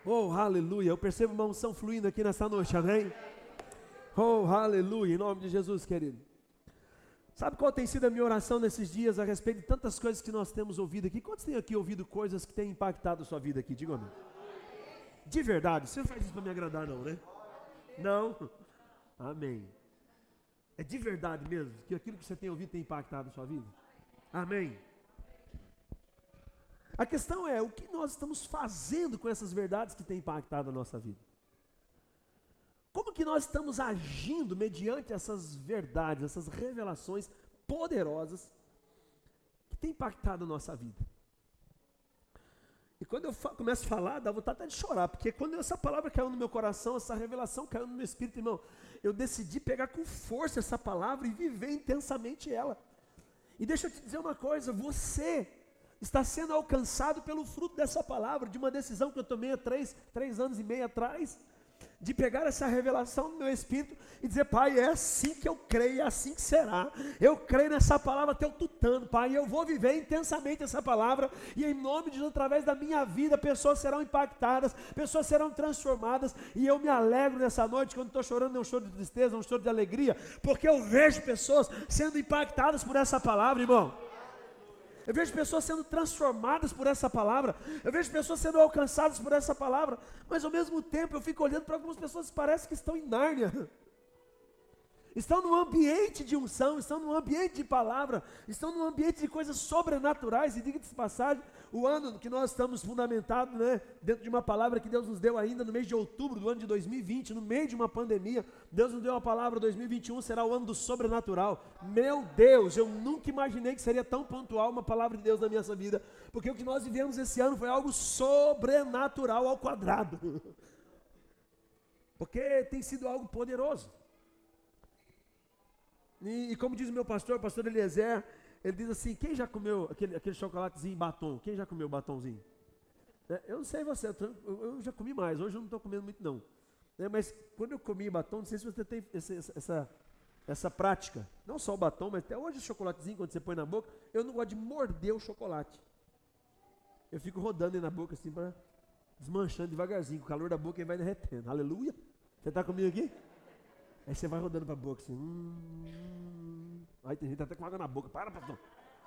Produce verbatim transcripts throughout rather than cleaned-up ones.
Oh, aleluia. Eu percebo uma unção fluindo aqui nessa noite, amém? Oh, aleluia. Em nome de Jesus, querido. Sabe qual tem sido a minha oração nesses dias a respeito de tantas coisas que nós temos ouvido aqui? Quantos têm aqui ouvido coisas que têm impactado a sua vida aqui? Diga amém. De verdade, você não faz isso para me agradar não, né? Não? Amém. É de verdade mesmo que aquilo que você tem ouvido tem impactado a sua vida? Amém. A questão é, o que nós estamos fazendo com essas verdades que têm impactado a nossa vida? Como que nós estamos agindo mediante essas verdades, essas revelações poderosas que têm impactado a nossa vida? E quando eu começo a falar, dá vontade até de chorar, porque quando essa palavra caiu no meu coração, essa revelação caiu no meu espírito, irmão, eu decidi pegar com força essa palavra e viver intensamente ela. E deixa eu te dizer uma coisa, você está sendo alcançado pelo fruto dessa palavra, de uma decisão que eu tomei há três, três anos e meio atrás, de pegar essa revelação no meu espírito e dizer, Pai, é assim que eu creio, é assim que será, eu creio nessa palavra até eu tutano, Pai, eu vou viver intensamente essa palavra, e em nome de Jesus, através da minha vida, pessoas serão impactadas, pessoas serão transformadas, e eu me alegro nessa noite, quando estou chorando, não é um choro de tristeza, é um choro de alegria, porque eu vejo pessoas sendo impactadas por essa palavra, irmão. Eu vejo pessoas sendo transformadas por essa palavra, eu vejo pessoas sendo alcançadas por essa palavra, mas ao mesmo tempo eu fico olhando para algumas pessoas que parecem que estão em Nárnia, estão num ambiente de unção, estão num ambiente de palavra, estão num ambiente de coisas sobrenaturais, e diga-se de passagem, o ano que nós estamos fundamentados, né, dentro de uma palavra que Deus nos deu ainda no mês de outubro do ano de dois mil e vinte, no meio de uma pandemia, Deus nos deu a palavra, dois mil e vinte e um será o ano do sobrenatural. Meu Deus, eu nunca imaginei que seria tão pontual uma palavra de Deus na minha vida, porque o que nós vivemos esse ano foi algo sobrenatural ao quadrado, porque tem sido algo poderoso. E, e como diz o meu pastor, o pastor Eliezer, ele diz assim, quem já comeu aquele, aquele chocolatezinho batom? Quem já comeu batomzinho? É, eu não sei você, eu, eu já comi mais, hoje eu não estou comendo muito não. É, mas quando eu comi batom, não sei se você tem esse, essa, essa, essa prática, não só o batom, mas até hoje o chocolatezinho, quando você põe na boca, eu não gosto de morder o chocolate. Eu fico rodando aí na boca assim, para desmanchando devagarzinho, com o calor da boca ele vai derretendo. Aleluia! Você está comigo aqui? Aí você vai rodando para a boca assim. Hum, aí tem gente até com água na boca. Para, batom.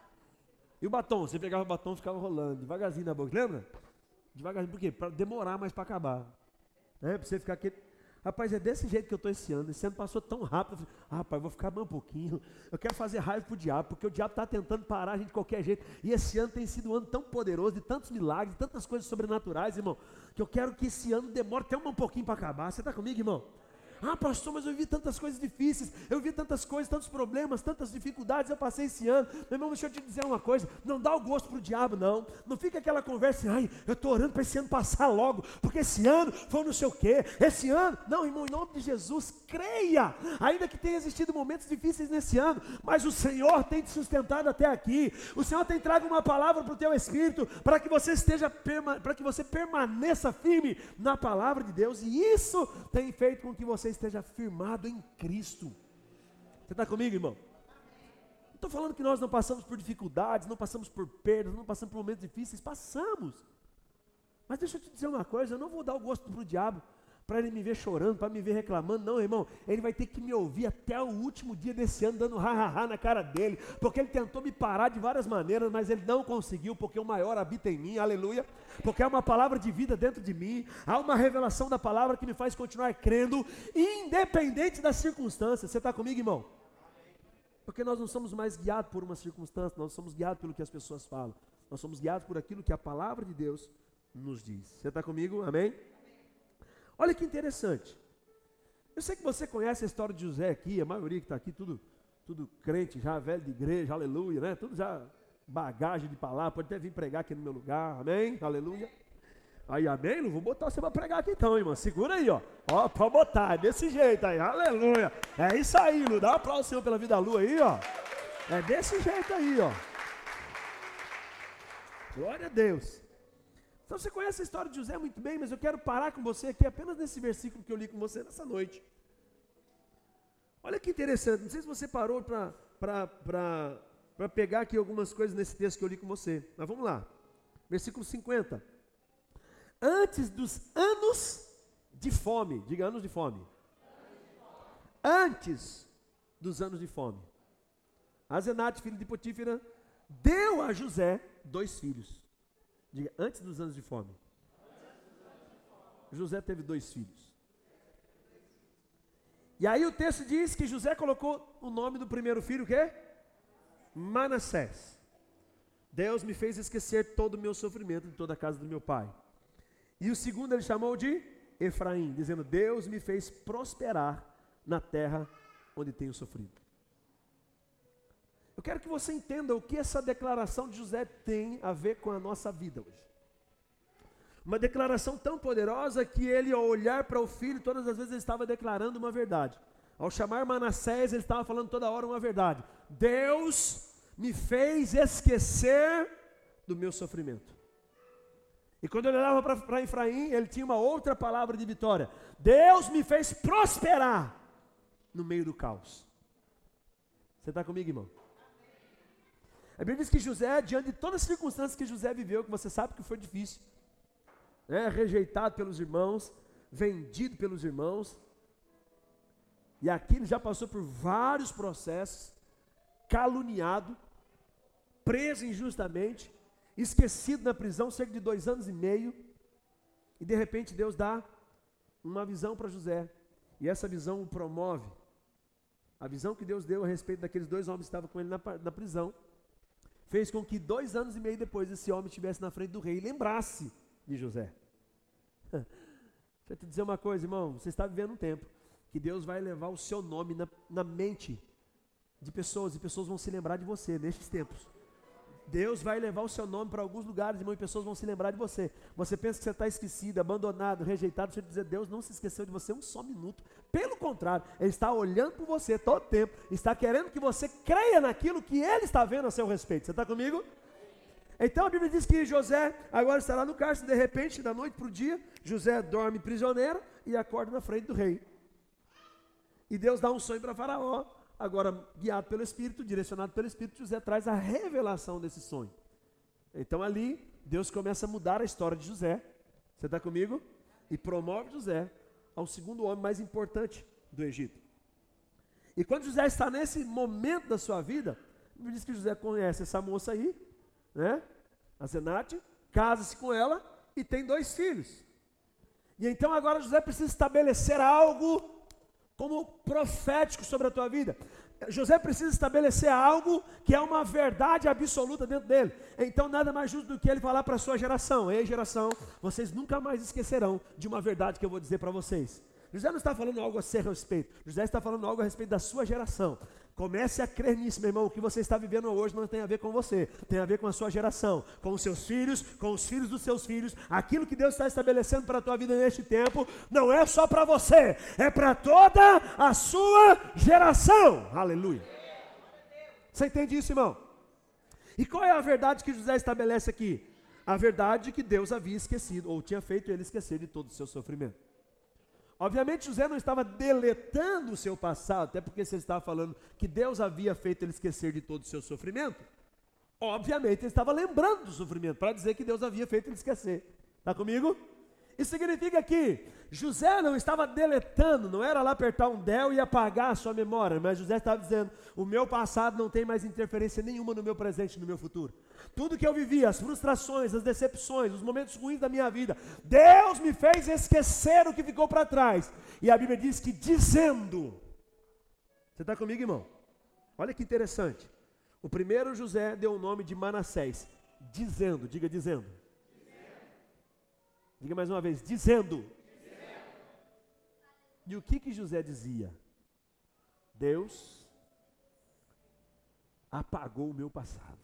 E o batom? Você pegava o batom e ficava rolando devagarzinho na boca. Lembra? Devagarzinho. Por quê? Para demorar mais para acabar. É, para você ficar aqui. Rapaz, é desse jeito que eu estou esse ano. Esse ano passou tão rápido. Eu falei, ah, rapaz, vou ficar mais um pouquinho. Eu quero fazer raiva pro diabo, porque o diabo está tentando parar a gente de qualquer jeito. E esse ano tem sido um ano tão poderoso, de tantos milagres, de tantas coisas sobrenaturais, irmão, que eu quero que esse ano demore até um pouquinho para acabar. Você está comigo, irmão? Ah, pastor, mas eu vi tantas coisas difíceis, eu vi tantas coisas, tantos problemas, tantas dificuldades, eu passei esse ano. Meu irmão, deixa eu te dizer uma coisa, não dá o gosto para o diabo, não. Não fica aquela conversa, ai, eu estou orando para esse ano passar logo, porque esse ano foi não sei o quê, esse ano, não, irmão, em nome de Jesus, creia, ainda que tenha existido momentos difíceis nesse ano, mas o Senhor tem te sustentado até aqui, o Senhor tem trago uma palavra para o teu espírito, para que você esteja, para que você permaneça firme na palavra de Deus, e isso tem feito com que você esteja firmado em Cristo. Você está comigo, irmão? Não estou falando que nós não passamos por dificuldades, não passamos por perdas, não passamos por momentos difíceis, passamos. Mas deixa eu te dizer uma coisa, eu não vou dar o gosto para o diabo, para ele me ver chorando, para me ver reclamando, não, irmão, ele vai ter que me ouvir até o último dia desse ano, dando ha-ha-ha na cara dele, porque ele tentou me parar de várias maneiras, mas ele não conseguiu, porque o maior habita em mim, aleluia, porque há uma palavra de vida dentro de mim, há uma revelação da palavra que me faz continuar crendo, independente das circunstâncias. Você está comigo, irmão? Porque nós não somos mais guiados por uma circunstância, nós somos guiados pelo que as pessoas falam, nós somos guiados por aquilo que a palavra de Deus nos diz. Você está comigo? Amém? Olha que interessante, eu sei que você conhece a história de José aqui, a maioria que está aqui, tudo, tudo crente, já velho de igreja, aleluia, né? Tudo já bagagem de palavra, pode até vir pregar aqui no meu lugar, amém? Aleluia. Aí, amém? Não vou botar você para pregar aqui então, irmão, segura aí, ó, ó, pode botar, é desse jeito aí, aleluia, é isso aí, Lu, dá um aplauso ao Senhor pela vida da Lu aí, ó, é desse jeito aí, ó, glória a Deus. Então você conhece a história de José muito bem, mas eu quero parar com você aqui apenas nesse versículo que eu li com você nessa noite. Olha que interessante, não sei se você parou para pegar aqui algumas coisas nesse texto que eu li com você, mas vamos lá. Versículo cinquenta. Antes dos anos de fome. Diga anos de fome. Antes dos anos de fome. Asenate, filho de Potífera, deu a José dois filhos. Diga, antes dos anos de fome. José teve dois filhos. E aí o texto diz que José colocou o nome do primeiro filho, o quê? Manassés. Deus me fez esquecer todo o meu sofrimento de toda a casa do meu pai. E o segundo ele chamou de Efraim, dizendo, Deus me fez prosperar na terra onde tenho sofrido. Eu quero que você entenda o que essa declaração de José tem a ver com a nossa vida hoje. Uma declaração tão poderosa que ele, ao olhar para o filho, todas as vezes ele estava declarando uma verdade. Ao chamar Manassés, ele estava falando toda hora uma verdade. Deus me fez esquecer do meu sofrimento. E quando ele olhava para Efraim, ele tinha uma outra palavra de vitória. Deus me fez prosperar no meio do caos. Você está comigo, irmão? A Bíblia diz que José, diante de todas as circunstâncias que José viveu, que você sabe que foi difícil, né, rejeitado pelos irmãos, vendido pelos irmãos, e aqui ele já passou por vários processos, caluniado, preso injustamente, esquecido na prisão, cerca de dois anos e meio, e de repente Deus dá uma visão para José, e essa visão o promove. A visão que Deus deu a respeito daqueles dois homens que estavam com ele na, na prisão, fez com que dois anos e meio depois esse homem estivesse na frente do rei e lembrasse de José. Deixa eu te dizer uma coisa, irmão, você está vivendo um tempo que Deus vai levar o seu nome na, na mente de pessoas, e pessoas vão se lembrar de você nestes tempos. Deus vai levar o seu nome para alguns lugares, irmão, e pessoas vão se lembrar de você. Você pensa que você está esquecido, abandonado, rejeitado, deixa eu te dizer, Deus não se esqueceu de você um só minuto. Pelo contrário, Ele está olhando por você todo o tempo, está querendo que você creia naquilo que Ele está vendo a seu respeito. Você está comigo? Então a Bíblia diz que José agora está lá no cárcere, de repente, da noite para o dia, José dorme prisioneiro e acorda na frente do rei. E Deus dá um sonho para Faraó. Agora, guiado pelo Espírito, direcionado pelo Espírito, José traz a revelação desse sonho. Então ali, Deus começa a mudar a história de José. Você está comigo? E promove José ao segundo homem mais importante do Egito. E quando José está nesse momento da sua vida, me diz que José conhece essa moça aí, né? Asenate, casa-se com ela e tem dois filhos. E então agora José precisa estabelecer algo como profético sobre a tua vida. José precisa estabelecer algo que é uma verdade absoluta dentro dele. Então nada mais justo do que ele falar para a sua geração: ei, geração, vocês nunca mais esquecerão de uma verdade que eu vou dizer para vocês. José não está falando algo a seu respeito, José está falando algo a respeito da sua geração. Comece a crer nisso, meu irmão. O que você está vivendo hoje não tem a ver com você, tem a ver com a sua geração, com os seus filhos, com os filhos dos seus filhos. Aquilo que Deus está estabelecendo para a tua vida neste tempo não é só para você, é para toda a sua geração. Aleluia. Você entende isso, irmão? E qual é a verdade que José estabelece aqui? A verdade que Deus havia esquecido, ou tinha feito ele esquecer de todo o seu sofrimento. Obviamente José não estava deletando o seu passado, até porque se ele estava falando que Deus havia feito ele esquecer de todo o seu sofrimento, obviamente ele estava lembrando do sofrimento, para dizer que Deus havia feito ele esquecer. Está comigo? Isso significa que José não estava deletando, não era lá apertar um del e apagar a sua memória, mas José estava dizendo: o meu passado não tem mais interferência nenhuma no meu presente e no meu futuro. Tudo que eu vivi, as frustrações, as decepções, os momentos ruins da minha vida, Deus me fez esquecer o que ficou para trás. E a Bíblia diz que dizendo, você está comigo, irmão? Olha que interessante. O primeiro José deu o nome de Manassés, dizendo, diga dizendo. Diga mais uma vez, dizendo. dizendo. E o que que José dizia? Deus apagou o meu passado.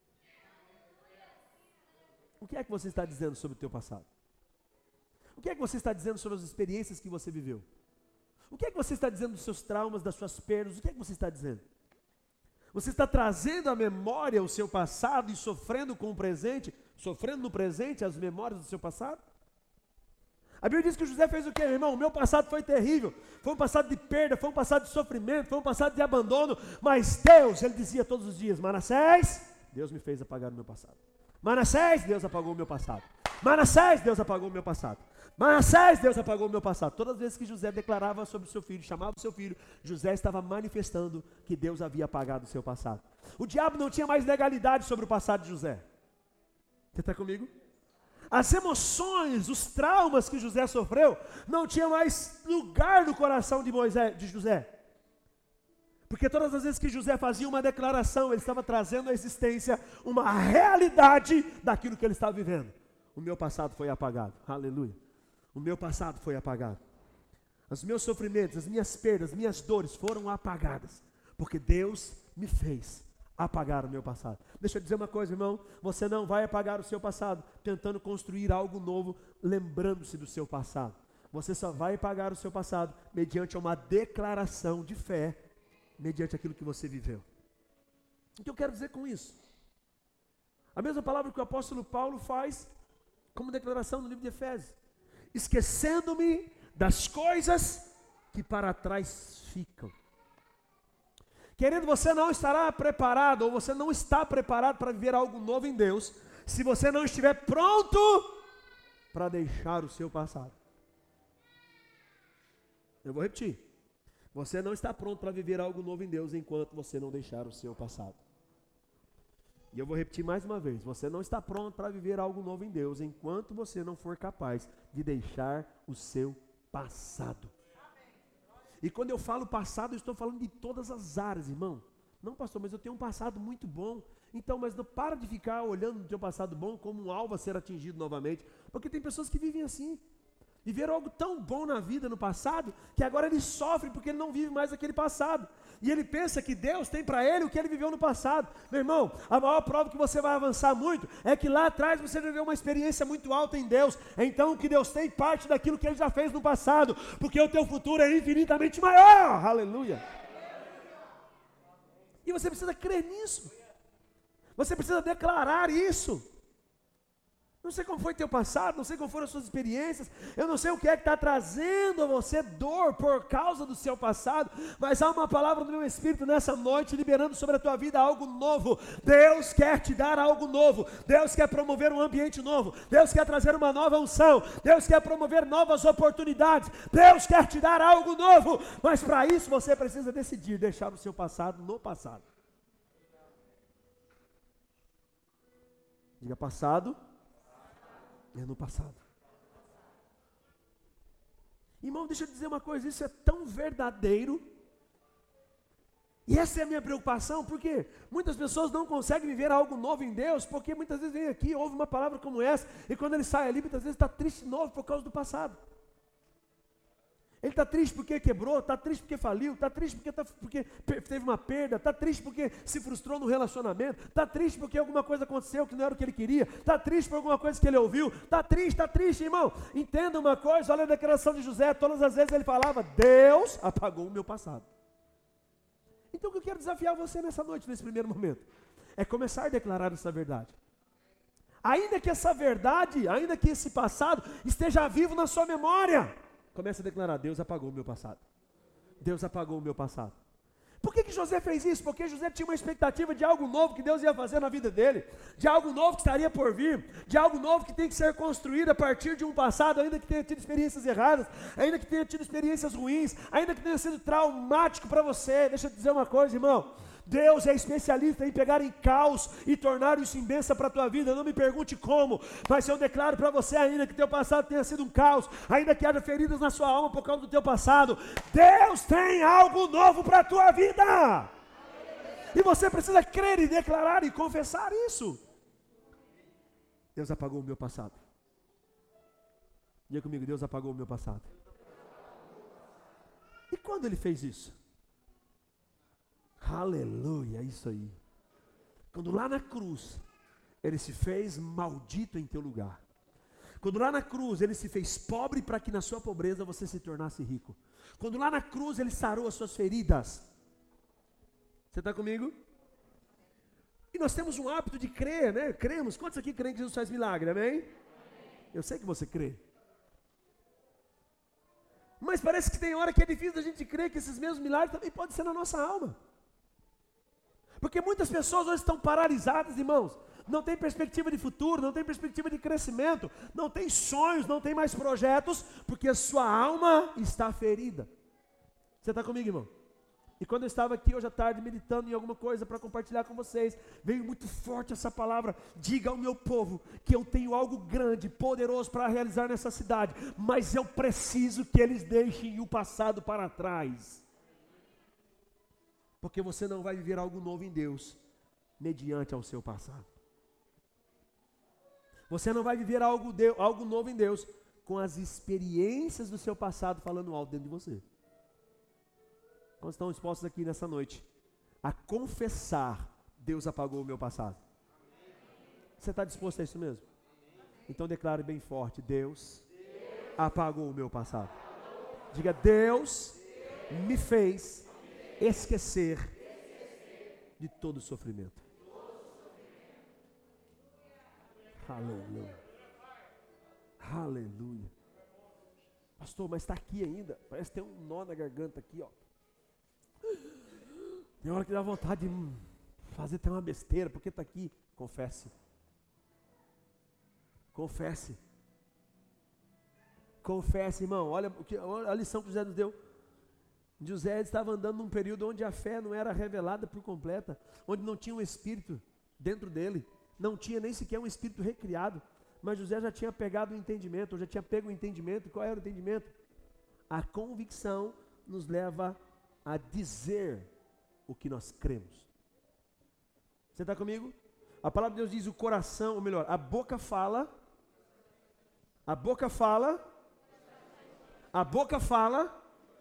O que é que você está dizendo sobre o teu passado? O que é que você está dizendo sobre as experiências que você viveu? O que é que você está dizendo dos seus traumas, das suas perdas? O que é que você está dizendo? Você está trazendo à memória o seu passado e sofrendo com o presente, sofrendo no presente as memórias do seu passado? A Bíblia diz que José fez o quê, irmão? O meu passado foi terrível, foi um passado de perda, foi um passado de sofrimento, foi um passado de abandono, mas Deus, ele dizia todos os dias: Manassés, Deus me fez apagar o meu passado. Manassés, Deus apagou o meu passado. Manassés, Deus apagou o meu passado. Manassés, Deus apagou o meu passado. Todas as vezes que José declarava sobre o seu filho, chamava o seu filho, José estava manifestando que Deus havia apagado o seu passado. O diabo não tinha mais legalidade sobre o passado de José. Você está comigo? As emoções, os traumas que José sofreu, não tinha mais lugar no coração de Moisés, de José. Porque todas as vezes que José fazia uma declaração, ele estava trazendo à existência uma realidade daquilo que ele estava vivendo. O meu passado foi apagado. Aleluia. O meu passado foi apagado. Os meus sofrimentos, as minhas perdas, as minhas dores foram apagadas. Porque Deus me fez apagar o meu passado. Deixa eu dizer uma coisa, irmão. Você não vai apagar o seu passado tentando construir algo novo, lembrando-se do seu passado. Você só vai apagar o seu passado mediante uma declaração de fé, mediante aquilo que você viveu. O que eu quero dizer com isso? A mesma palavra que o apóstolo Paulo faz como declaração no livro de Efésios. Esquecendo-me das coisas que para trás ficam. Querido, você não estará preparado, ou você não está preparado para viver algo novo em Deus, se você não estiver pronto para deixar o seu passado. Eu vou repetir. Você não está pronto para viver algo novo em Deus enquanto você não deixar o seu passado. E eu vou repetir mais uma vez, você não está pronto para viver algo novo em Deus, enquanto você não for capaz de deixar o seu passado. E quando eu falo passado, eu estou falando de todas as áreas, irmão. Não, pastor, mas eu tenho um passado muito bom. Então, mas não para de ficar olhando o teu passado bom como um alvo a ser atingido novamente, porque tem pessoas que vivem assim. Viveram algo tão bom na vida no passado, que agora ele sofre porque ele não vive mais aquele passado. E ele pensa que Deus tem para ele o que ele viveu no passado. Meu irmão, a maior prova que você vai avançar muito, é que lá atrás você viveu uma experiência muito alta em Deus. Então o que Deus tem parte daquilo que ele já fez no passado, porque o teu futuro é infinitamente maior. Aleluia. E você precisa crer nisso. Você precisa declarar isso. Não sei como foi teu passado, não sei como foram as suas experiências, eu não sei o que é que está trazendo a você dor por causa do seu passado, mas há uma palavra do meu Espírito nessa noite, liberando sobre a tua vida algo novo. Deus quer te dar algo novo, Deus quer promover um ambiente novo, Deus quer trazer uma nova unção, Deus quer promover novas oportunidades, Deus quer te dar algo novo, mas para isso você precisa decidir deixar o seu passado no passado. Diga passado. É no passado. Irmão, deixa eu dizer uma coisa, isso é tão verdadeiro. E essa é a minha preocupação, porque muitas pessoas não conseguem viver algo novo em Deus, porque muitas vezes vem aqui, ouve uma palavra como essa, e quando ele sai ali, muitas vezes está triste de novo por causa do passado. Ele está triste porque quebrou, está triste porque faliu, está triste porque, tá, porque teve uma perda, está triste porque se frustrou no relacionamento, está triste porque alguma coisa aconteceu que não era o que ele queria, está triste por alguma coisa que ele ouviu, está triste, está triste, irmão. Entenda uma coisa, olha a declaração de José, todas as vezes ele falava, Deus apagou o meu passado. Então o que eu quero desafiar você nessa noite, nesse primeiro momento, é começar a declarar essa verdade. Ainda que essa verdade, ainda que esse passado esteja vivo na sua memória, comece a declarar, Deus apagou o meu passado. Deus apagou o meu passado. Por que que José fez isso? Porque José tinha uma expectativa de algo novo que Deus ia fazer na vida dele, de algo novo que estaria por vir, de algo novo que tem que ser construído a partir de um passado, ainda que tenha tido experiências erradas, ainda que tenha tido experiências ruins, ainda que tenha sido traumático para você. Deixa eu te dizer uma coisa, irmão. Deus é especialista em pegar em caos e tornar isso em bênção para a tua vida. Não me pergunte como, mas eu declaro para você, ainda que teu passado tenha sido um caos, ainda que haja feridas na sua alma por causa do teu passado, Deus tem algo novo para a tua vida. E você precisa crer e declarar e confessar isso. Deus apagou o meu passado. Diga comigo, Deus apagou o meu passado. E quando Ele fez isso? Aleluia, isso aí. Quando lá na cruz, Ele se fez maldito em teu lugar. Quando lá na cruz, Ele se fez pobre para que na sua pobreza você se tornasse rico. Quando lá na cruz, Ele sarou as suas feridas. Você está comigo? E nós temos um hábito de crer, né? Cremos. Quantos aqui creem que Jesus faz milagre, amém? Eu sei que você crê. Mas parece que tem hora que é difícil a gente crer que esses mesmos milagres também podem ser na nossa alma. Porque muitas pessoas hoje estão paralisadas, irmãos, não tem perspectiva de futuro, não tem perspectiva de crescimento, não tem sonhos, não tem mais projetos, porque a sua alma está ferida. Você está comigo, irmão? E quando eu estava aqui hoje à tarde meditando em alguma coisa para compartilhar com vocês, veio muito forte essa palavra: diga ao meu povo que eu tenho algo grande, poderoso para realizar nessa cidade, mas eu preciso que eles deixem o passado para trás. Porque você não vai viver algo novo em Deus mediante ao seu passado. Você não vai viver algo, de, algo novo em Deus com as experiências do seu passado falando alto dentro de você. Quantos estão dispostos aqui nessa noite a confessar: Deus apagou o meu passado? Você está disposto a isso mesmo? Então declare bem forte: Deus apagou o meu passado. Diga: Deus me fez esquecer de todo o sofrimento. Aleluia. Aleluia. Pastor, mas está aqui ainda. Parece que tem um nó na garganta aqui, ó. Tem hora que dá vontade de hum, fazer até uma besteira, porque está aqui. Confesse. Confesse. Confesse, irmão. Olha, o que, olha a lição que José nos deu. José estava andando num período onde a fé não era revelada por completa, onde não tinha um espírito dentro dele, não tinha nem sequer um espírito recriado, mas José já tinha pegado o entendimento, ou já tinha pego o entendimento. Qual era o entendimento? A convicção nos leva a dizer o que nós cremos. Você está comigo? A palavra de Deus diz: o coração, ou melhor, a boca fala, a boca fala, a boca fala.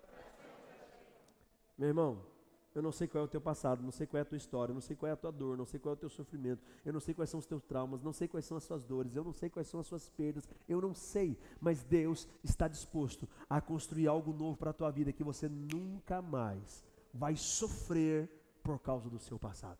Meu irmão, eu não sei qual é o teu passado, não sei qual é a tua história, não sei qual é a tua dor, não sei qual é o teu sofrimento, eu não sei quais são os teus traumas, não sei quais são as suas dores, eu não sei quais são as suas perdas, eu não sei, mas Deus está disposto a construir algo novo para a tua vida, que você nunca mais vai sofrer por causa do seu passado.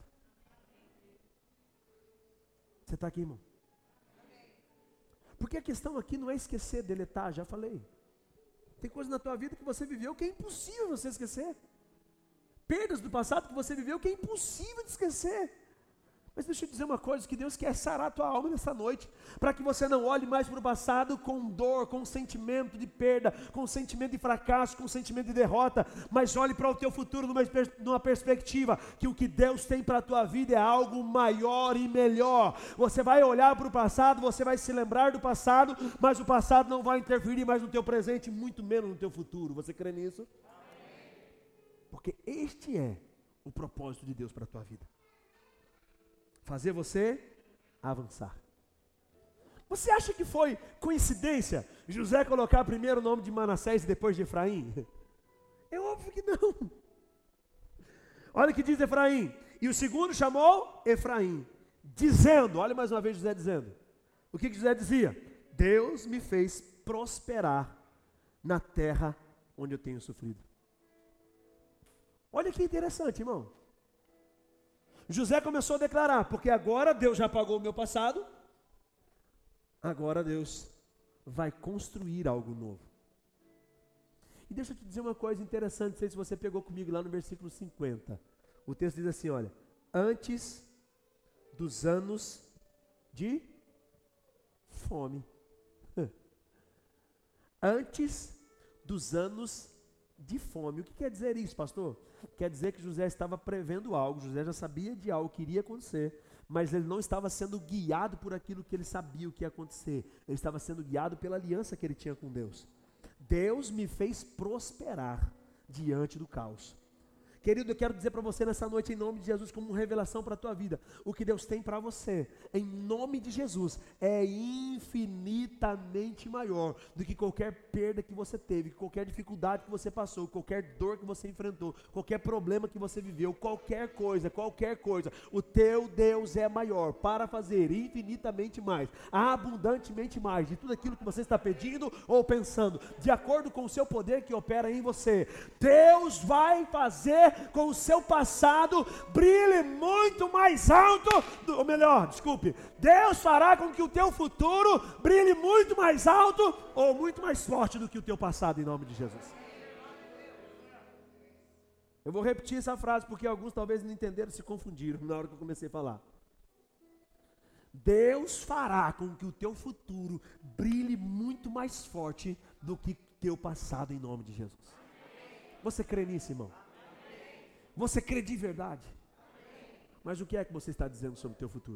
Você está aqui, irmão? Porque a questão aqui não é esquecer, deletar, já falei. Tem coisas na tua vida que você viveu que é impossível você esquecer. Perdas do passado que você viveu que é impossível de esquecer. Mas deixa eu dizer uma coisa, que Deus quer sarar a tua alma nessa noite, para que você não olhe mais para o passado com dor, com sentimento de perda, com sentimento de fracasso, com sentimento de derrota, mas olhe para o teu futuro numa, numa perspectiva, que o que Deus tem para a tua vida é algo maior e melhor. Você vai olhar para o passado, você vai se lembrar do passado, mas o passado não vai interferir mais no teu presente, muito menos no teu futuro. Você crê nisso? Porque este é o propósito de Deus para a tua vida. Fazer você avançar. Você acha que foi coincidência José colocar primeiro o nome de Manassés e depois de Efraim? É óbvio que não. Olha o que diz Efraim. E o segundo chamou Efraim, dizendo, olha mais uma vez José dizendo. O que, que José dizia? Deus me fez prosperar na terra onde eu tenho sofrido. Olha que interessante, irmão. José começou a declarar: porque agora Deus já apagou o meu passado, agora Deus vai construir algo novo. E deixa eu te dizer uma coisa interessante, não sei se você pegou comigo lá no versículo cinquenta. O texto diz assim, olha: antes dos anos de fome. Antes dos anos de fome. O que quer dizer isso, pastor? Quer dizer que José estava prevendo algo, José já sabia de algo que iria acontecer, mas ele não estava sendo guiado por aquilo que ele sabia o que ia acontecer, ele estava sendo guiado pela aliança que ele tinha com Deus. Deus me fez prosperar diante do caos. Querido, eu quero dizer para você nessa noite, em nome de Jesus, como uma revelação para a tua vida, o que Deus tem para você, em nome de Jesus, é infinitamente maior do que qualquer perda que você teve, qualquer dificuldade que você passou, qualquer dor que você enfrentou, qualquer problema que você viveu, qualquer coisa, qualquer coisa. O teu Deus é maior para fazer infinitamente mais, abundantemente mais, de tudo aquilo que você está pedindo ou pensando, de acordo com o seu poder que opera em você. Deus vai fazer com o seu passado brilhe muito mais alto, do, ou melhor, desculpe, Deus fará com que o teu futuro brilhe muito mais alto ou muito mais forte do que o teu passado, em nome de Jesus. Eu vou repetir essa frase porque alguns talvez não entenderam, se confundiram na hora que eu comecei a falar. Deus fará com que o teu futuro brilhe muito mais forte do que teu passado, em nome de Jesus. Você crê nisso, irmão? Você crê de verdade? Mas o que é que você está dizendo sobre o teu futuro?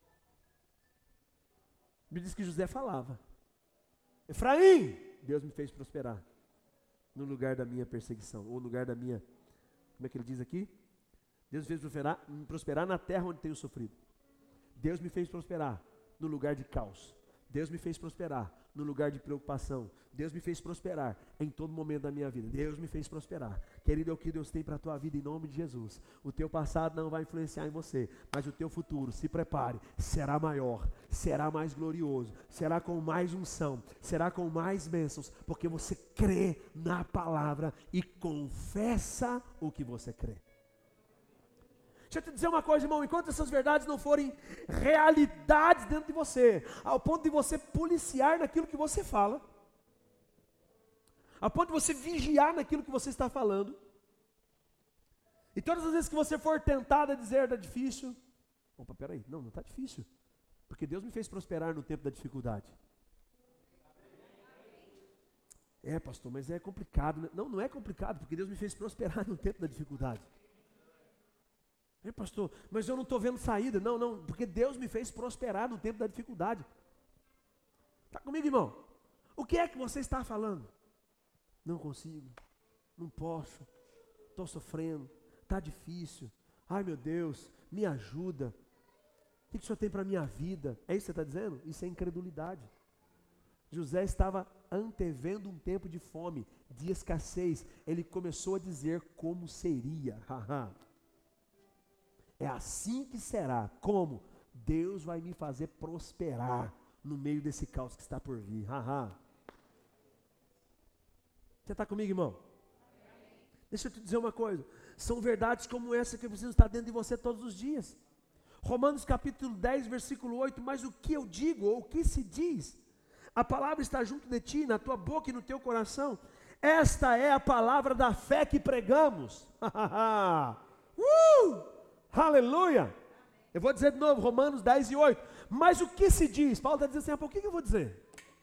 Me diz que José falava: Efraim, Deus me fez prosperar no lugar da minha perseguição, ou no lugar da minha, como é que ele diz aqui? Deus me fez prosperar, prosperar na terra onde tenho sofrido. Deus me fez prosperar no lugar de caos. Deus me fez prosperar no lugar de preocupação. Deus me fez prosperar em todo momento da minha vida. Deus me fez prosperar. Querido, é o que Deus tem para a tua vida em nome de Jesus. O teu passado não vai influenciar em você, mas o teu futuro, se prepare, será maior, será mais glorioso, será com mais unção, será com mais bênçãos, porque você crê na palavra e confessa o que você crê. Deixa eu te dizer uma coisa, irmão, enquanto essas verdades não forem realidades dentro de você, ao ponto de você policiar naquilo que você fala, ao ponto de você vigiar naquilo que você está falando, e todas as vezes que você for tentado a dizer está difícil, opa, peraí, não, não está difícil, porque Deus me fez prosperar no tempo da dificuldade. É, pastor, mas é complicado, né? Não, não é complicado, porque Deus me fez prosperar no tempo da dificuldade. É, pastor, mas eu não estou vendo saída. Não, não, porque Deus me fez prosperar no tempo da dificuldade. Está comigo, irmão? O que é que você está falando? Não consigo, não posso, estou sofrendo, está difícil. Ai meu Deus, me ajuda. O que, que o Senhor tem para a minha vida? É isso que você está dizendo? Isso é incredulidade. José estava antevendo um tempo de fome, de escassez. Ele começou a dizer como seria. Haha. É assim que será. Como? Deus vai me fazer prosperar no meio desse caos que está por vir. Haha. Você está comigo, irmão? Deixa eu te dizer uma coisa. São verdades como essa que precisam estar dentro de você todos os dias. Romanos capítulo dez, versículo oito. Mas o que eu digo, ou o que se diz, a palavra está junto de ti, na tua boca e no teu coração. Esta é a palavra da fé que pregamos. uh! Aleluia! Eu vou dizer de novo, Romanos dez e oito. Mas o que se diz? Paulo está dizendo assim, ah, o que eu vou dizer?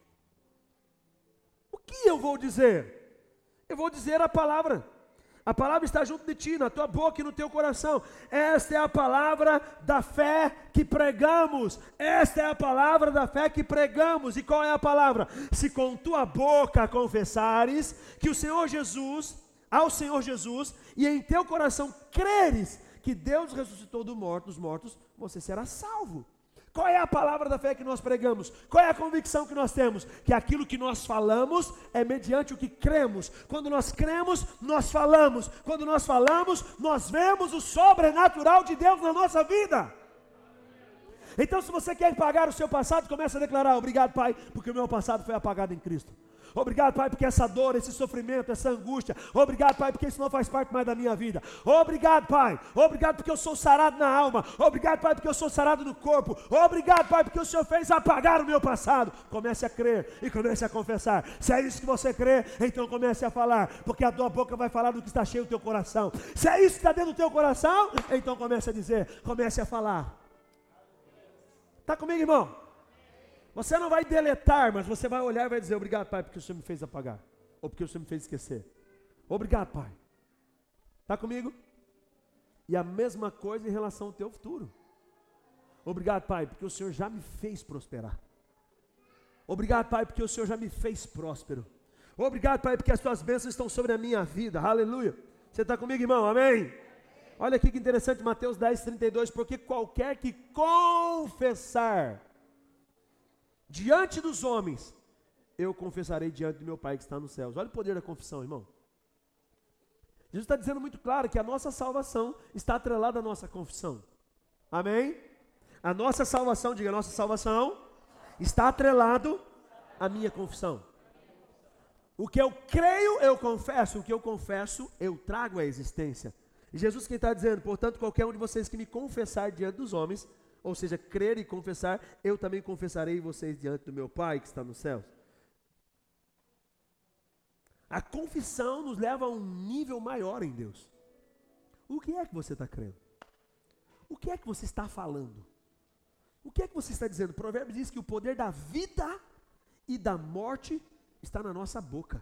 O que eu vou dizer? Eu vou dizer a palavra. A palavra está junto de ti, na tua boca e no teu coração. Esta é a palavra da fé que pregamos. Esta é a palavra da fé que pregamos. E qual é a palavra? Se com tua boca confessares que o Senhor Jesus, ao Senhor Jesus, e em teu coração creres que Deus ressuscitou do morto, dos mortos, você será salvo. Qual é a palavra da fé que nós pregamos? Qual é a convicção que nós temos? Que aquilo que nós falamos é mediante o que cremos. Quando nós cremos, nós falamos. Quando nós falamos, nós vemos o sobrenatural de Deus na nossa vida. Então, se você quer pagar o seu passado, comece a declarar: obrigado, Pai, porque o meu passado foi apagado em Cristo. Obrigado, Pai, porque essa dor, esse sofrimento, essa angústia. Obrigado, Pai, porque isso não faz parte mais da minha vida. Obrigado, Pai. Obrigado porque eu sou sarado na alma. Obrigado, Pai, porque eu sou sarado no corpo. Obrigado, Pai, porque o Senhor fez apagar o meu passado. Comece a crer e comece a confessar. Se é isso que você crê, então comece a falar, porque a tua boca vai falar do que está cheio do teu coração. Se é isso que está dentro do teu coração, então comece a dizer, comece a falar. Está comigo, irmão? Você não vai deletar, mas você vai olhar e vai dizer: obrigado, Pai, porque o Senhor me fez apagar, ou porque o Senhor me fez esquecer. Obrigado, Pai. Está comigo? E a mesma coisa em relação ao teu futuro. Obrigado, Pai, porque o Senhor já me fez prosperar. Obrigado, Pai, porque o Senhor já me fez próspero. Obrigado, Pai, porque as tuas bênçãos estão sobre a minha vida. Aleluia. Você está comigo, irmão? Amém? Olha aqui que interessante, Mateus dez, trinta e dois. Porque qualquer que confessar diante dos homens, eu confessarei diante do meu Pai que está nos céus. Olha o poder da confissão, irmão. Jesus está dizendo muito claro que a nossa salvação está atrelada à nossa confissão. Amém? A nossa salvação, diga, a nossa salvação está atrelado à minha confissão. O que eu creio, eu confesso. O que eu confesso, eu trago à existência. E Jesus que está dizendo: portanto, qualquer um de vocês que me confessar diante dos homens, ou seja, crer e confessar, eu também confessarei vocês diante do meu Pai que está nos céus. A confissão nos leva a um nível maior em Deus. O que é que você está crendo? O que é que você está falando? O que é que você está dizendo? O provérbio diz que o poder da vida e da morte está na nossa boca.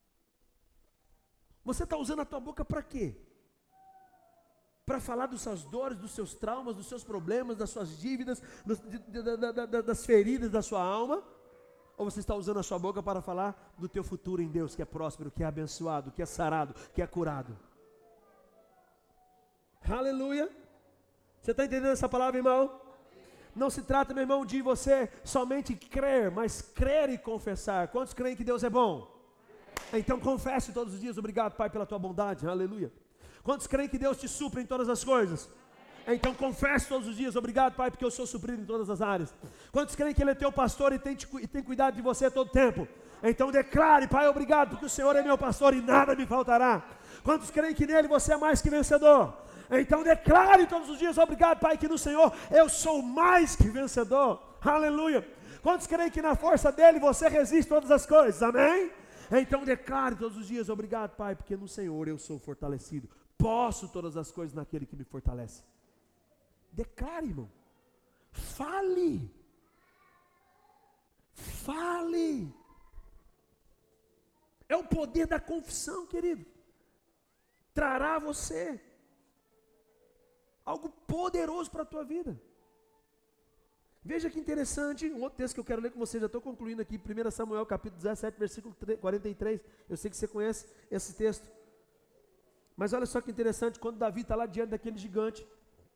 Você está usando a tua boca para quê? Para falar das suas dores, dos seus traumas, dos seus problemas, das suas dívidas, dos, de, de, de, de, das feridas da sua alma? Ou você está usando a sua boca para falar do teu futuro em Deus, que é próspero, que é abençoado, que é sarado, que é curado? Aleluia! Você está entendendo essa palavra, irmão? Não se trata, meu irmão, de você somente crer, mas crer e confessar. Quantos creem que Deus é bom? Então confesse todos os dias: obrigado, Pai, pela tua bondade. Aleluia. Quantos creem que Deus te supre em todas as coisas? Então confesse todos os dias: obrigado, Pai, porque eu sou suprido em todas as áreas. Quantos creem que Ele é teu pastor e tem, te, e tem cuidado de você todo tempo? Então declare: Pai, obrigado, porque o Senhor é meu pastor e nada me faltará. Quantos creem que nele você é mais que vencedor? Então declare todos os dias: obrigado, Pai, que no Senhor eu sou mais que vencedor. Aleluia. Quantos creem que na força dele você resiste todas as coisas? Amém? Então declare todos os dias: obrigado, Pai, porque no Senhor eu sou fortalecido. Posso todas as coisas naquele que me fortalece. Declare, irmão. Fale. Fale. É o poder da confissão, querido. Trará a você algo poderoso para a tua vida. Veja que interessante, um outro texto que eu quero ler com você, já estou concluindo aqui, primeiro Samuel capítulo dezessete, versículo quarenta e três, eu sei que você conhece esse texto, mas olha só que interessante, quando Davi está lá diante daquele gigante,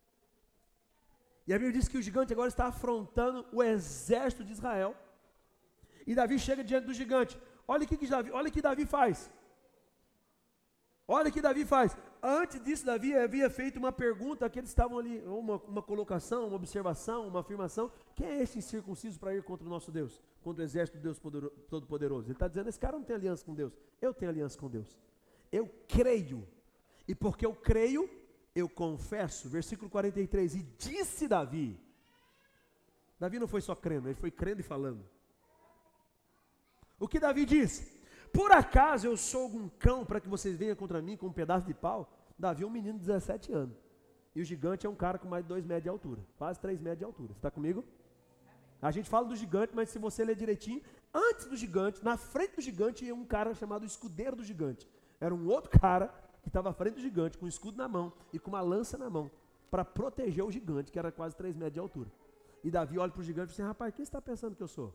e a Bíblia diz que o gigante agora está afrontando o exército de Israel, e Davi chega diante do gigante. Olha o que, que, Davi, olha que Davi faz, olha o que Davi faz. Antes disso, Davi havia feito uma pergunta, que eles estavam ali, uma, uma colocação, uma observação, uma afirmação: quem é esse incircunciso para ir contra o nosso Deus? Contra o exército do Deus Todo-Poderoso. Ele está dizendo: esse cara não tem aliança com Deus. Eu tenho aliança com Deus. Eu creio. E porque eu creio, eu confesso. Versículo quarenta e três, e disse Davi. Davi não foi só crendo, ele foi crendo e falando. O que Davi disse? Por acaso eu sou um cão para que vocês venham contra mim com um pedaço de pau? Davi é um menino de dezessete anos. E o gigante é um cara com mais de dois metros de altura. Quase três metros de altura. Você está comigo? A gente fala do gigante, mas se você ler direitinho, antes do gigante, na frente do gigante, ia um cara chamado escudeiro do gigante. Era um outro cara que estava à frente do gigante, com um escudo na mão e com uma lança na mão, para proteger o gigante, que era quase três metros de altura. E Davi olha para o gigante e diz assim: rapaz, quem você está pensando que eu sou?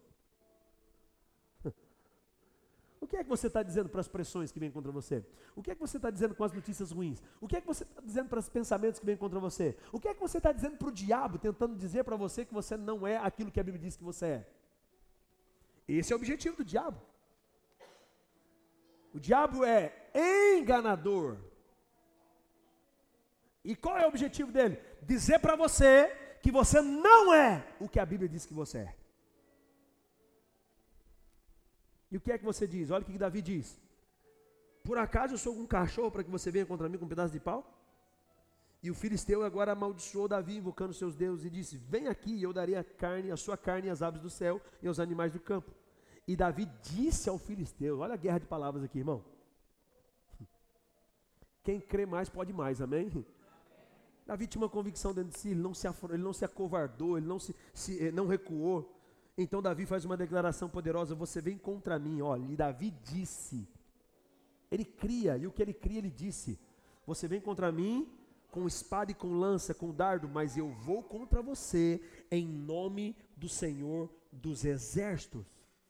O que é que você está dizendo para as pressões que vêm contra você? O que é que você está dizendo com as notícias ruins? O que é que você está dizendo para os pensamentos que vêm contra você? O que é que você está dizendo para o diabo, tentando dizer para você que você não é aquilo que a Bíblia diz que você é? Esse é o objetivo do diabo. O diabo é enganador. E qual é o objetivo dele? Dizer para você que você não é o que a Bíblia diz que você é. E o que é que você diz? Olha o que Davi diz: por acaso eu sou um cachorro para que você venha contra mim com um pedaço de pau? E o filisteu agora amaldiçoou Davi, invocando seus deuses, e disse: vem aqui e eu darei a carne, a sua carne às aves do céu e aos animais do campo. E Davi disse ao filisteu: olha a guerra de palavras aqui, irmão. Quem crê mais pode mais, amém? Amém. Davi tinha uma convicção dentro de si, ele não se, afro, ele não se acovardou, ele não, se, se, não recuou. Então Davi faz uma declaração poderosa: você vem contra mim, olha, e Davi disse, ele cria, e o que ele cria ele disse: você vem contra mim com espada e com lança, com dardo, mas eu vou contra você em nome do Senhor dos exércitos,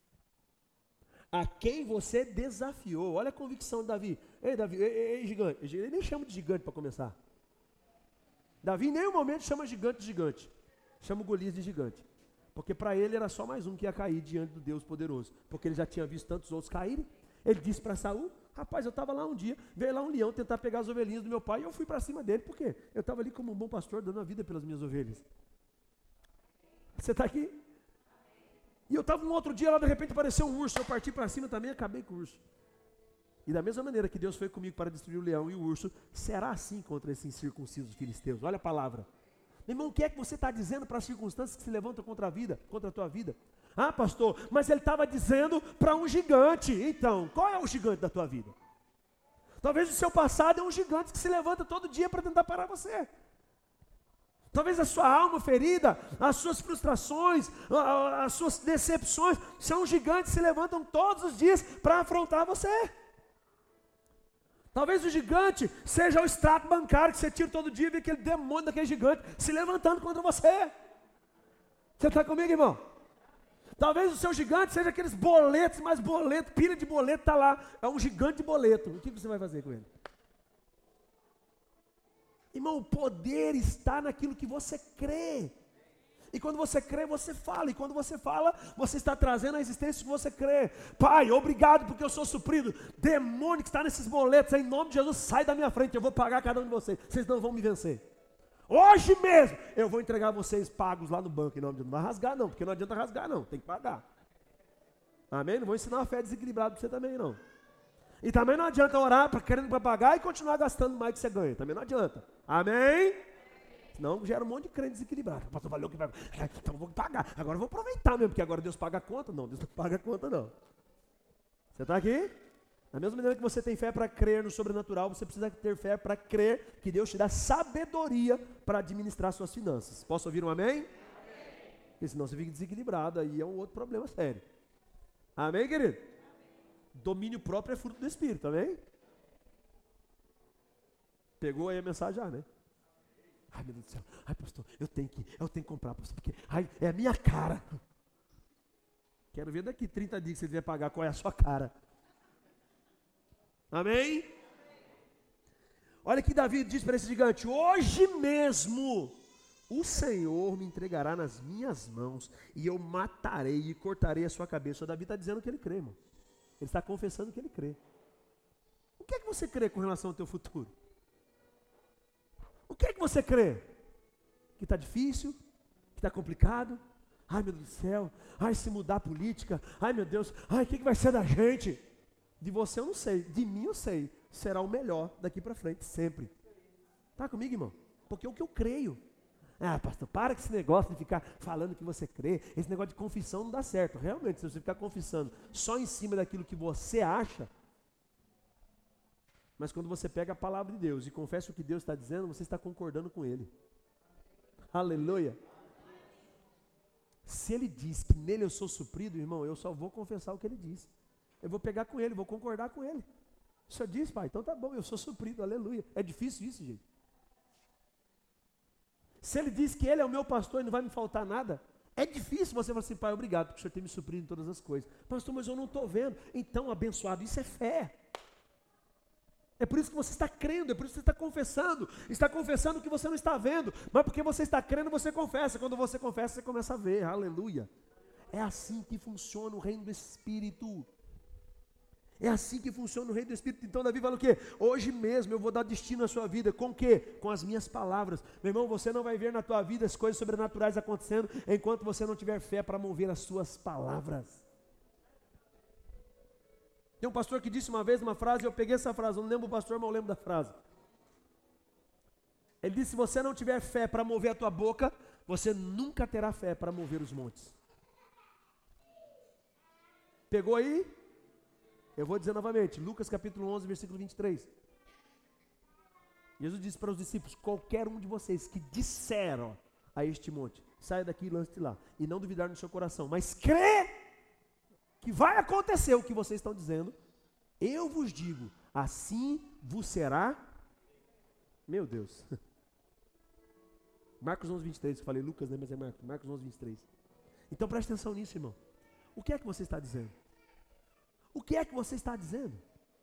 a quem você desafiou. Olha a convicção de Davi. Ei Davi, ei, ei gigante, ele nem chama de gigante para começar. Davi em nenhum momento chama gigante de gigante, chama o Golias de gigante. Porque para ele era só mais um que ia cair diante do Deus poderoso. Porque ele já tinha visto tantos outros caírem. Ele disse para Saul: rapaz, eu estava lá um dia, veio lá um leão tentar pegar as ovelhinhas do meu pai, e eu fui para cima dele. Por quê? Eu estava ali como um bom pastor, dando a vida pelas minhas ovelhas. Você está aqui? E eu estava um outro dia lá, de repente apareceu um urso, eu parti para cima também e acabei com o urso. E da mesma maneira que Deus foi comigo para destruir o leão e o urso, será assim contra esses incircuncisos filisteus. Olha a palavra. Meu irmão, o que é que você está dizendo para as circunstâncias que se levantam contra a vida, contra a tua vida? Ah, pastor, mas ele estava dizendo para um gigante. Então, qual é o gigante da tua vida? Talvez o seu passado é um gigante que se levanta todo dia para tentar parar você. Talvez a sua alma ferida, as suas frustrações, as suas decepções, são gigantes que se levantam todos os dias para afrontar você. Talvez o gigante seja o extrato bancário que você tira todo dia e vê aquele demônio daquele gigante se levantando contra você. Você está comigo, irmão? Talvez o seu gigante seja aqueles boletos, mais boleto, pilha de boleto está lá. É um gigante de boleto. O que você vai fazer com ele? Irmão, o poder está naquilo que você crê. E quando você crê, você fala. E quando você fala, você está trazendo a existência que você crê. Pai, obrigado porque eu sou suprido. Demônio que está nesses boletos, em nome de Jesus, sai da minha frente. Eu vou pagar cada um de vocês. Vocês não vão me vencer. Hoje mesmo, eu vou entregar vocês pagos lá no banco. Em nome de Jesus. Não vai rasgar não, porque não adianta rasgar não. Tem que pagar. Amém? Não vou ensinar uma fé desequilibrada para você também não. E também não adianta orar para querendo para pagar e continuar gastando mais que você ganha. Também não adianta. Amém? Senão gera um monte de crente desequilibrado. Pastor, valeu que vai. Então eu vou pagar. Agora eu vou aproveitar mesmo, porque agora Deus paga a conta. Não, Deus não paga a conta não. Você está aqui? Da mesma maneira que você tem fé para crer no sobrenatural, você precisa ter fé para crer que Deus te dá sabedoria para administrar suas finanças. Posso ouvir um amém? Amém. Porque senão você fica desequilibrado, aí é um outro problema sério. Amém, querido? Amém. Domínio próprio é fruto do Espírito, amém? Pegou aí a mensagem já, né? Ai, meu Deus do céu. Ai, pastor, eu tenho que, eu tenho que comprar, pastor, porque ai, é a minha cara. Quero ver daqui trinta dias que você vier pagar qual é a sua cara. Amém? Olha que Davi diz para esse gigante: hoje mesmo o Senhor me entregará nas minhas mãos e eu matarei e cortarei a sua cabeça. O Davi está dizendo que ele crê, irmão. Ele está confessando que ele crê. O que é que você crê com relação ao teu futuro? O que é que você crê? Que está difícil? Que está complicado? Ai, meu Deus do céu. Ai, se mudar a política. Ai, meu Deus. Ai, o que, que vai ser da gente? De você eu não sei. De mim eu sei. Será o melhor daqui para frente, sempre. Está comigo, irmão? Porque é o que eu creio. Ah, pastor, para com esse negócio de ficar falando que você crê. Esse negócio de confissão não dá certo. Realmente, se você ficar confessando só em cima daquilo que você acha. Mas quando você pega a palavra de Deus e confessa o que Deus está dizendo, você está concordando com Ele. Aleluia. Se Ele diz que nele eu sou suprido, irmão, eu só vou confessar o que Ele diz. Eu vou pegar com Ele, vou concordar com Ele. O Senhor diz, pai, então tá bom, eu sou suprido, aleluia. É difícil isso, gente. Se Ele diz que Ele é o meu pastor e não vai me faltar nada, é difícil você falar assim, pai, obrigado, porque o Senhor tem me suprido em todas as coisas. Pastor, mas eu não estou vendo. Então, abençoado, isso é fé. É por isso que você está crendo, é por isso que você está confessando. Está confessando o que você não está vendo. Mas porque você está crendo, você confessa. Quando você confessa, você começa a ver. Aleluia. É assim que funciona o reino do Espírito. É assim que funciona o reino do Espírito. Então Davi fala o quê? Hoje mesmo eu vou dar destino à sua vida. Com o quê? Com as minhas palavras. Meu irmão, você não vai ver na tua vida as coisas sobrenaturais acontecendo enquanto você não tiver fé para mover as suas palavras. Tem um pastor que disse uma vez uma frase, eu peguei essa frase, eu não lembro o pastor, mas eu lembro da frase. Ele disse, se você não tiver fé para mover a tua boca, você nunca terá fé para mover os montes. Pegou aí? Eu vou dizer novamente, Lucas capítulo onze, versículo vinte e três. Jesus disse para os discípulos, qualquer um de vocês que disseram a este monte, saia daqui e lance-te lá, e não duvidar no seu coração, mas crê que vai acontecer o que vocês estão dizendo, eu vos digo, assim vos será, meu Deus, Marcos onze, vinte e três, eu falei Lucas, né, mas é Marcos, Marcos onze, vinte e três, então preste atenção nisso, irmão, o que é que você está dizendo? O que é que você está dizendo?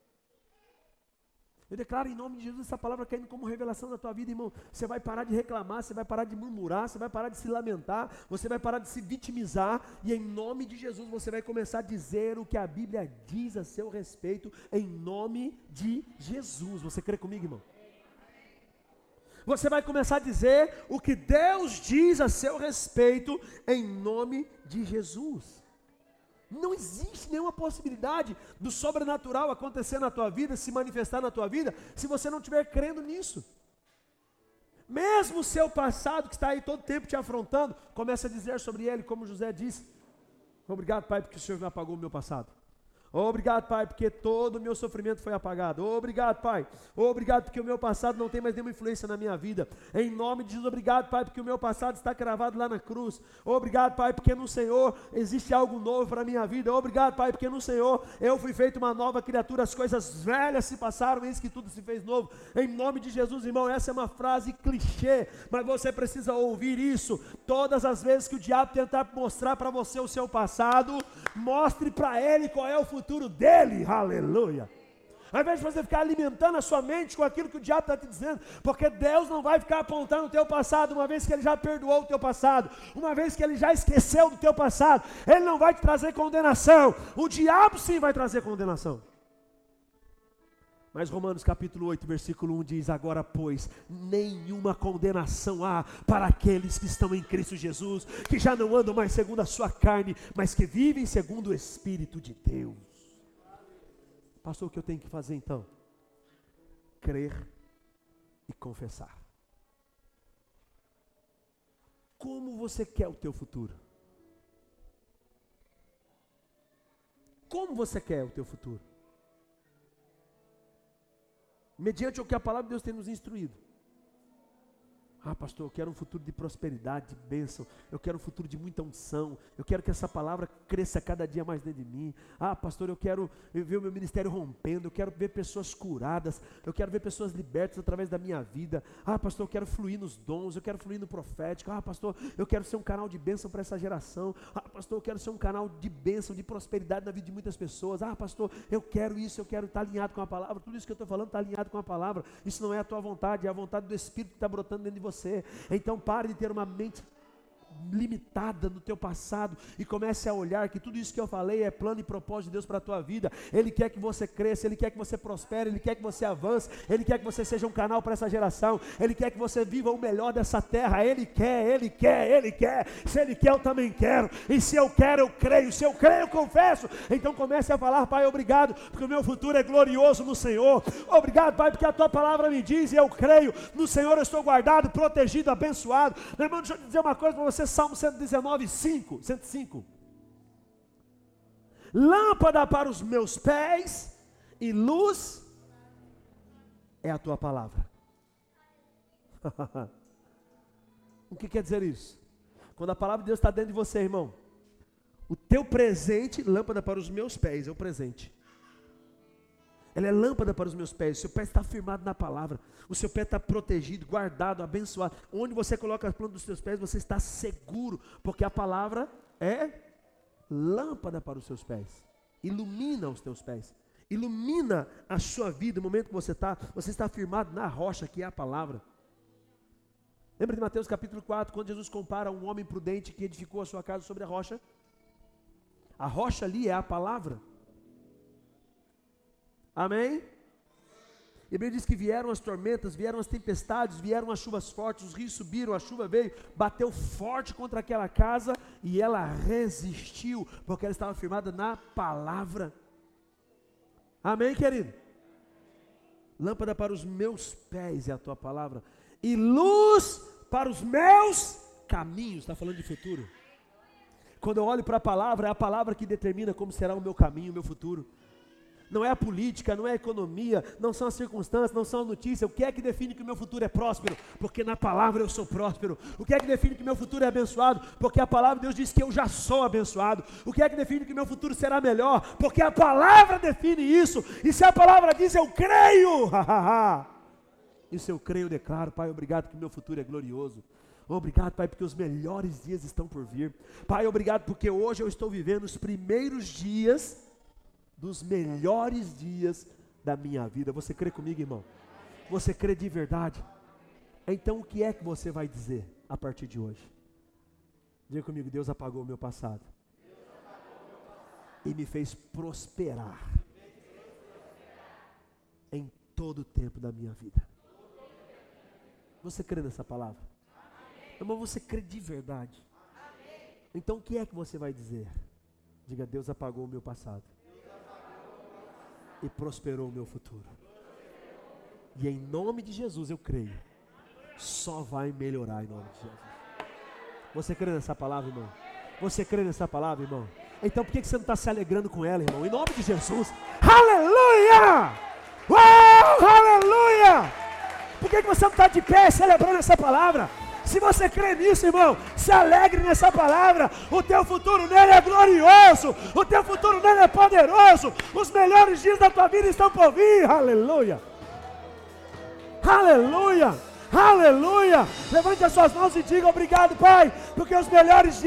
Eu declaro em nome de Jesus essa palavra caindo como revelação na tua vida, irmão. Você vai parar de reclamar, você vai parar de murmurar, você vai parar de se lamentar, você vai parar de se vitimizar e em nome de Jesus você vai começar a dizer o que a Bíblia diz a seu respeito em nome de Jesus. Você crê comigo, irmão? Você vai começar a dizer o que Deus diz a seu respeito em nome de Jesus. Não existe nenhuma possibilidade do sobrenatural acontecer na tua vida, se manifestar na tua vida, se você não estiver crendo nisso. Mesmo o seu passado, que está aí todo tempo te afrontando, começa a dizer sobre ele, como José disse, obrigado, pai, porque o Senhor me apagou o meu passado. Obrigado, Pai, porque todo o meu sofrimento foi apagado. Obrigado, Pai. Obrigado, porque o meu passado não tem mais nenhuma influência na minha vida. Em nome de Jesus, obrigado, Pai, porque o meu passado está cravado lá na cruz. Obrigado, Pai, porque no Senhor existe algo novo para a minha vida. Obrigado, Pai, porque no Senhor eu fui feito uma nova criatura. As coisas velhas se passaram, eis que tudo se fez novo. Em nome de Jesus, irmão, essa é uma frase clichê, mas você precisa ouvir isso. Todas as vezes que o diabo tentar mostrar para você o seu passado, mostre para ele qual é o futuro. futuro dele, aleluia. Ao invés de você ficar alimentando a sua mente com aquilo que o diabo está te dizendo, porque Deus não vai ficar apontando o teu passado, uma vez que Ele já perdoou o teu passado, uma vez que Ele já esqueceu do teu passado, Ele não vai te trazer condenação, o diabo sim vai trazer condenação. Mas Romanos capítulo oito, versículo um diz: agora pois, nenhuma condenação há para aqueles que estão em Cristo Jesus, que já não andam mais segundo a sua carne, mas que vivem segundo o Espírito de Deus. Pastor, o que eu tenho que fazer então? Crer e confessar. Como você quer o teu futuro? Como você quer o teu futuro? Mediante o que a palavra de Deus tem nos instruído. Ah, pastor, eu quero um futuro de prosperidade, de bênção. Eu quero um futuro de muita unção. Eu quero que essa palavra cresça cada dia mais dentro de mim. Ah, pastor, eu quero ver o meu ministério rompendo. Eu quero ver pessoas curadas. Eu quero ver pessoas libertas através da minha vida. Ah, pastor, eu quero fluir nos dons. Eu quero fluir no profético. Ah, pastor, eu quero ser um canal de bênção para essa geração. Ah, pastor, eu quero ser um canal de bênção, de prosperidade na vida de muitas pessoas. Ah, pastor, eu quero isso. Eu quero estar alinhado com a palavra. Tudo isso que eu estou falando está alinhado com a palavra. Isso não é a tua vontade, é a vontade do Espírito que está brotando dentro de você. Você. Então pare de ter uma mente limitada no teu passado e comece a olhar que tudo isso que eu falei é plano e propósito de Deus para a tua vida. Ele quer que você cresça, Ele quer que você prospere, Ele quer que você avance, Ele quer que você seja um canal para essa geração, Ele quer que você viva o melhor dessa terra. Ele quer, Ele quer, Ele quer. Se Ele quer, eu também quero, e se eu quero, eu creio. Se eu creio, eu confesso. Então comece a falar: Pai, obrigado, porque o meu futuro é glorioso no Senhor. Obrigado, Pai, porque a tua palavra me diz e eu creio. No Senhor eu estou guardado, protegido, abençoado. Meu irmão, deixa eu dizer uma coisa para você. Salmo cento e dezenove, cinco, cento e cinco. Lâmpada para os meus pés e luz é a tua palavra. O que quer dizer isso? Quando a palavra de Deus está dentro de você, irmão, o teu presente, lâmpada para os meus pés, é o presente. Ela é lâmpada para os meus pés. O seu pé está firmado na palavra. O seu pé está protegido, guardado, abençoado. Onde você coloca a planta dos seus pés, você está seguro, porque a palavra é lâmpada para os seus pés. Ilumina os teus pés. Ilumina a sua vida. No momento que você está, você está firmado na rocha, que é a palavra. Lembra de Mateus capítulo quatro, quando Jesus compara um homem prudente que edificou a sua casa sobre a rocha? A rocha ali é a palavra. Amém? E a Bíblia diz que vieram as tormentas, vieram as tempestades, vieram as chuvas fortes, os rios subiram, a chuva veio, bateu forte contra aquela casa e ela resistiu, porque ela estava firmada na palavra. Amém, querido? Lâmpada para os meus pés é a tua palavra, e luz para os meus caminhos. Está falando de futuro. Quando eu olho para a palavra, é a palavra que determina como será o meu caminho, o meu futuro. Não é a política, não é a economia, não são as circunstâncias, não são a notícia. O que é que define que o meu futuro é próspero? Porque na palavra eu sou próspero. O que é que define que o meu futuro é abençoado? Porque a palavra de Deus diz que eu já sou abençoado. O que é que define que o meu futuro será melhor? Porque a palavra define isso. E se a palavra diz, eu creio. E se eu creio, eu declaro: Pai, obrigado que o meu futuro é glorioso. Obrigado, Pai, porque os melhores dias estão por vir. Pai, obrigado porque hoje eu estou vivendo os primeiros dias dos melhores dias da minha vida. Você crê comigo, irmão? Você crê de verdade? Então o que é que você vai dizer a partir de hoje? Diga comigo: Deus apagou o meu passado e me fez prosperar em todo o tempo da minha vida. Você crê nessa palavra? Irmão, você crê de verdade? Então o que é que você vai dizer? Diga: Deus apagou o meu passado e prosperou o meu futuro. E em nome de Jesus eu creio, só vai melhorar em nome de Jesus. Você crê nessa palavra, irmão? Você crê nessa palavra, irmão? Então por que você não está se alegrando com ela, irmão? Em nome de Jesus. Aleluia! Uau, aleluia! Por que você não está de pé celebrando essa palavra? Se você crê nisso, irmão, se alegre nessa palavra. O teu futuro nele é glorioso. O teu futuro nele é poderoso. Os melhores dias da tua vida estão por vir. Aleluia! Aleluia! Aleluia! Levante as suas mãos e diga obrigado, Pai, porque os melhores dias